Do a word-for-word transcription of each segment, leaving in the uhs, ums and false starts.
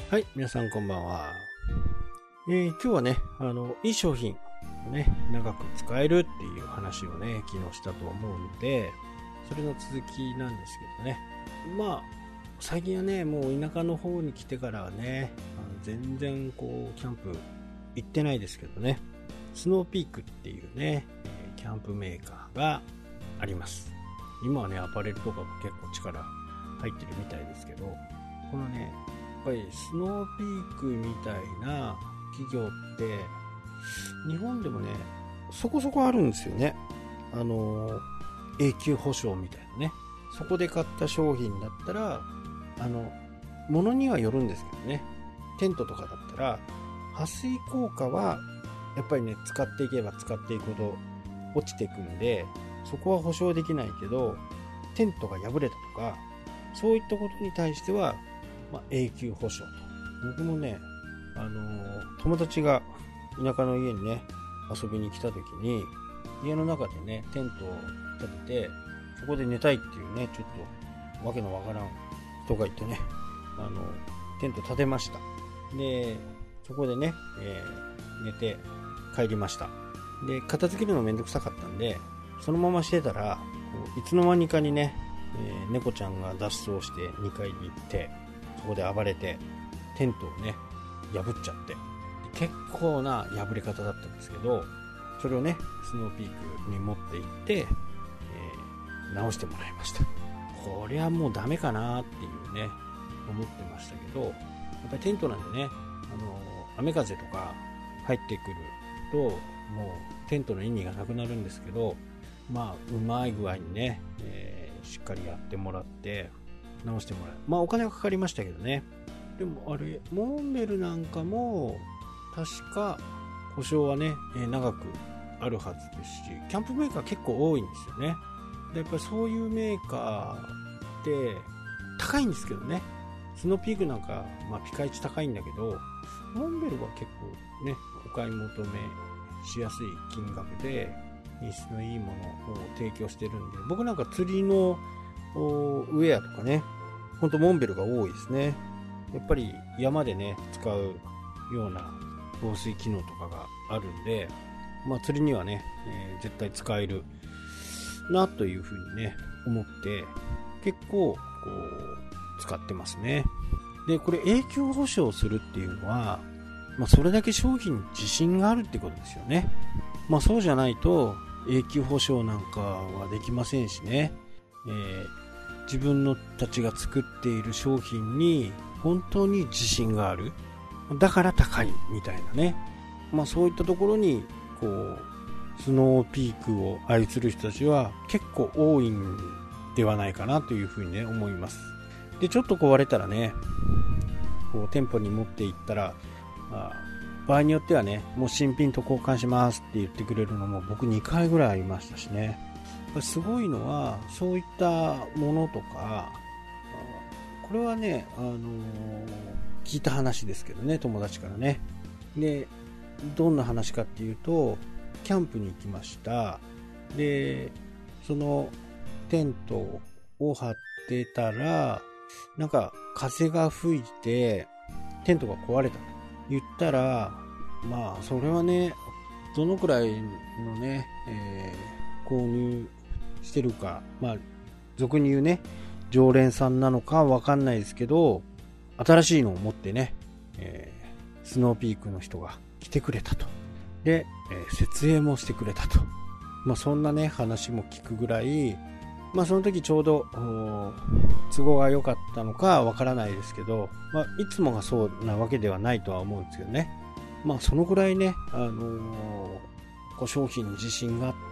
はい、皆さんこんばんは。えー、今日はね、あの、いい商品をね、長く使えるっていう話をね、昨日したと思うので、それの続きなんですけどね。まあ、最近はね、もう田舎の方に来てからはね、あの全然こう、キャンプ行ってないですけどね、スノーピークっていうね、えー、キャンプメーカーがあります。今はね、アパレルとかも結構力入ってるみたいですけど、このね、やっぱりスノーピークみたいな企業って日本でもねそこそこあるんですよね。あの永久保証みたいなね。そこで買った商品だったらあの物にはよるんですけどね、テントとかだったら撥水効果はやっぱりね使っていけば使っていくほど落ちていくんで、そこは保証できないけど、テントが破れたとかそういったことに対してはまあ、永久保証と。僕もね、あのー、友達が田舎の家にね遊びに来た時に家の中でねテントを立ててそこで寝たいっていうねちょっとわけのわからん人がいてね、あのテント立てました。でそこでね、えー、寝て帰りました。で片付けるのめんどくさかったんでそのまましてたらいつの間にかにね、えー、猫ちゃんが脱走してにかいに行ってそこで暴れてテントをね破っちゃって、結構な破れ方だったんですけど、それをねスノーピークに持って行って、えー、直してもらいました。こりゃもうダメかなっていうね思ってましたけど、やっぱりテントなんでね、あの雨風とか入ってくるともうテントの意味がなくなるんですけど、まあうまい具合にね、えー、しっかりやってもらって直してもらう。まあお金はかかりましたけどね。でもあれモンベルなんかも確か保証はね、えー、長くあるはずですし、キャンプメーカー結構多いんですよね。でやっぱりそういうメーカーって高いんですけどね。スノーピークなんか、まあ、ピカイチ高いんだけど、モンベルは結構ねお買い求めしやすい金額で品質のいいものを提供してるんで、僕なんか釣りのウェアとかね、ほんとモンベルが多いですね。やっぱり山でね使うような防水機能とかがあるんで、まあ釣りにはね、えー、絶対使えるなというふうにね思って結構こう使ってますね。でこれ永久保証するっていうのは、まあ、それだけ商品に自信があるってことですよね。まあそうじゃないと永久保証なんかはできませんしね。えー、自分のたちが作っている商品に本当に自信がある、だから高いみたいなね、まあそういったところにこうスノーピークを愛する人たちは結構多いんではないかなというふうにね思います。でちょっと壊れたらねこう店舗に持って行ったら、まあ、場合によってはねもう新品と交換しますって言ってくれるのも僕にかいぐらいありましたしね。すごいのはそういったものとか、これはね、あのー、聞いた話ですけどね、友達からね。でどんな話かっていうと、キャンプに行きました。でそのテントを張ってたらなんか風が吹いてテントが壊れたと言ったら、まあそれはねどのくらいのね、えー、購入してるか、まあ俗に言うね常連さんなのかわかんないですけど、新しいのを持ってね、えー、スノーピークの人が来てくれたと。で、えー、設営もしてくれたと。まあそんなね話も聞くぐらい、まあその時ちょうど都合が良かったのかわからないですけど、まあいつもがそうなわけではないとは思うんですけどね。まあそのぐらいね、あのー、こう商品に自信があって、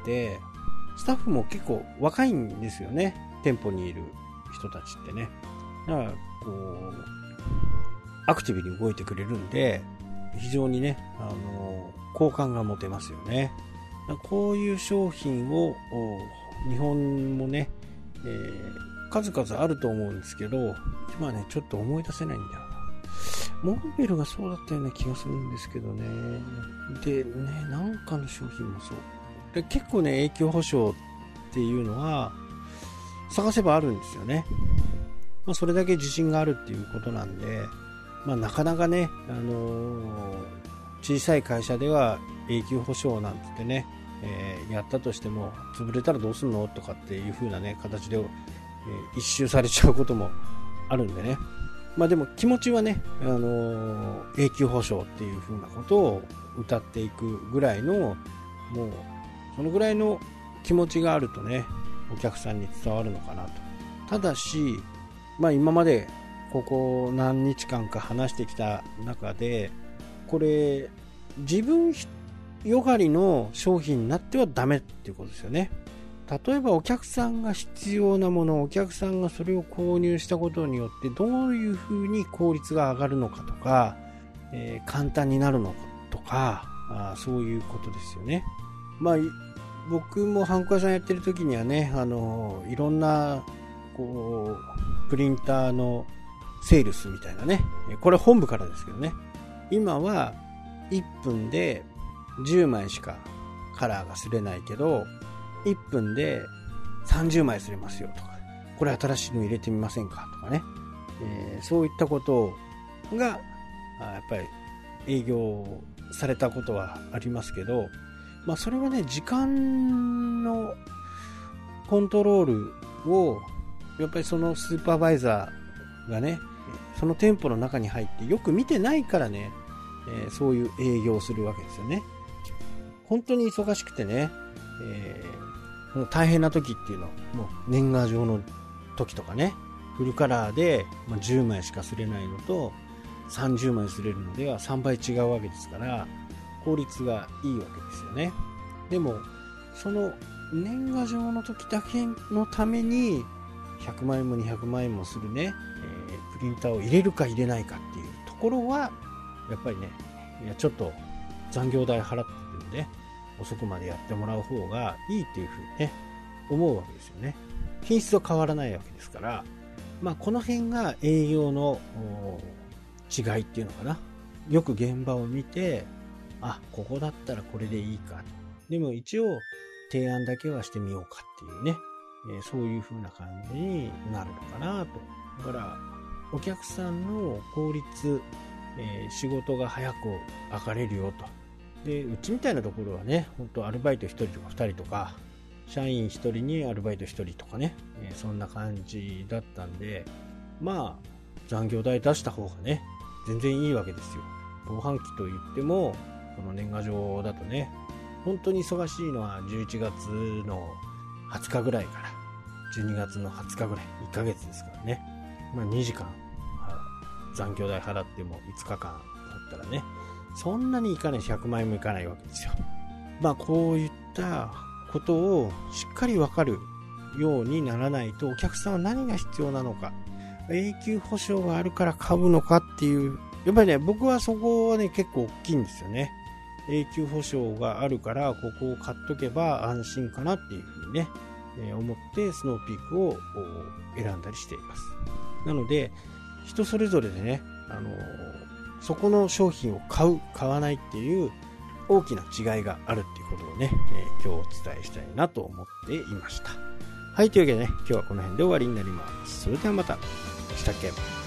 スタッフも結構若いんですよね。店舗にいる人たちってね。だからこうアクティブに動いてくれるんで、非常にね、あのー、好感が持てますよね。こういう商品を日本もね、えー、数々あると思うんですけど、今ねちょっと思い出せないんだよな。モンベルがそうだったような気がするんですけどね。でね、なんかの商品もそうで、結構ね永久保証っていうのは探せばあるんですよね。まあ、それだけ自信があるっていうことなんで、 まあ、なかなかね、あのー、小さい会社では永久保証なんて言ってね、えー、やったとしても潰れたらどうすんのとかっていう風なね形で、えー、一周されちゃうこともあるんでね。まあでも気持ちはね、あのー、永久保証っていう風なことを歌っていくぐらいの、もうそのぐらいの気持ちがあるとね、お客さんに伝わるのかなと。ただし、まあ今までここ何日間か話してきた中で、これ自分よがりの商品になってはダメっていうことですよね。例えばお客さんが必要なもの、お客さんがそれを購入したことによってどういうふうに効率が上がるのかとか、えー、簡単になるのかとか、あそういうことですよね。まあ僕もハンコ屋さんやってる時にはね、あのいろんなこうプリンターのセールスみたいなね、これ本部からですけどね、今はいっぷんでじゅうまいしかカラーが擦れないけどいっぷんでさんじゅうまい擦れますよとか、これ新しいの入れてみませんかとかね、えー、そういったことがやっぱり営業されたことはありますけど、まあそれはね、時間のコントロールをやっぱりそのスーパーバイザーがね、その店舗の中に入ってよく見てないからね、えー、そういう営業をするわけですよね。本当に忙しくてね、えー、もう大変な時っていうのはもう年賀状の時とかね、フルカラーでじゅうまいしか擦れないのとさんじゅうまい擦れるのではさんばい違うわけですから、効率がいいわけですよね。でもその年賀状の時だけのためにひゃくまいもにひゃくまいもするね、えー、プリンターを入れるか入れないかっていうところはやっぱりね、いやちょっと残業代払ってるんで遅くまでやってもらう方がいいっていうふうにね思うわけですよね。品質は変わらないわけですから、まあこの辺が営業の違いっていうのかな。よく現場を見て、あ、ここだったらこれでいいか、でも一応提案だけはしてみようかっていうね、えー、そういう風な感じになるのかなと。だからお客さんの効率、えー、仕事が早く上がれるよと。で、うちみたいなところはね、本当アルバイトひとりとかふたりとか、社員ひとりにアルバイトひとりとかね、えー、そんな感じだったんで、まあ残業代出した方がね全然いいわけですよ。防犯期といってもこの年賀状だとね、本当に忙しいのはじゅういちがつのはつかぐらいからじゅうにがつのはつかぐらい、いっかげつですからね。まあにじかん残業代払ってもいつかかんだったらね、そんなにいかないしひゃくまいもいかないわけですよ。まあこういったことをしっかり分かるようにならないと、お客さんは何が必要なのか、永久保証があるから買うのかっていう、やっぱりね、僕はそこはね結構大きいんですよね。永久保証があるからここを買っとけば安心かなっていうふうにね、えー、思ってスノーピークを選んだりしています。なので人それぞれでね、あのー、そこの商品を買う買わないっていう大きな違いがあるっていうことをね、えー、今日お伝えしたいなと思っていました。はい、というわけでね、今日はこの辺で終わりになります。それではまた。したっけ。